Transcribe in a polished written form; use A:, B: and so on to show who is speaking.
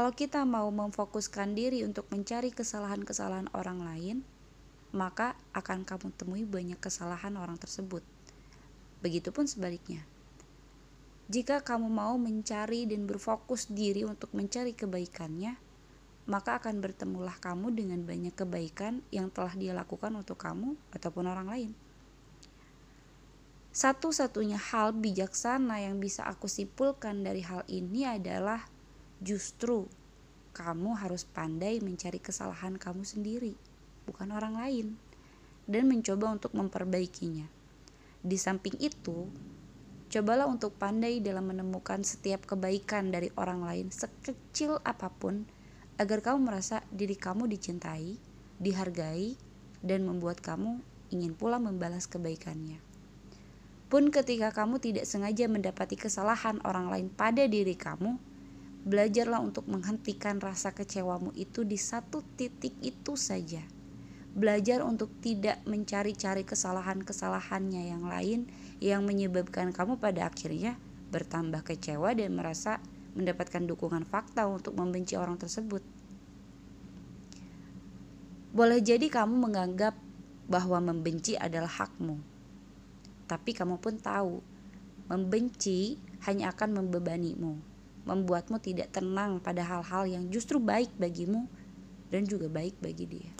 A: Kalau kita mau memfokuskan diri untuk mencari kesalahan-kesalahan orang lain, maka akan kamu temui banyak kesalahan orang tersebut. Begitupun sebaliknya. Jika kamu mau mencari dan berfokus diri untuk mencari kebaikannya, maka akan bertemulah kamu dengan banyak kebaikan yang telah dia lakukan untuk kamu ataupun orang lain. Satu-satunya hal bijaksana yang bisa aku simpulkan dari hal ini adalah justru kamu harus pandai mencari kesalahan kamu sendiri, bukan orang lain, dan mencoba untuk memperbaikinya. Di samping itu, cobalah untuk pandai dalam menemukan setiap kebaikan dari orang lain sekecil apapun, agar kamu merasa diri kamu dicintai, dihargai, dan membuat kamu ingin pula membalas kebaikannya. Pun ketika kamu tidak sengaja mendapati kesalahan orang lain pada diri kamu, belajarlah untuk menghentikan rasa kecewamu itu di satu titik itu saja. Belajar untuk tidak mencari-cari kesalahan-kesalahannya yang lain yang menyebabkan kamu pada akhirnya bertambah kecewa dan merasa mendapatkan dukungan fakta untuk membenci orang tersebut. Boleh jadi kamu menganggap bahwa membenci adalah hakmu, tapi kamu pun tahu membenci hanya akan membebanimu, membuatmu tidak tenang pada hal-hal yang justru baik bagimu dan juga baik bagi dia.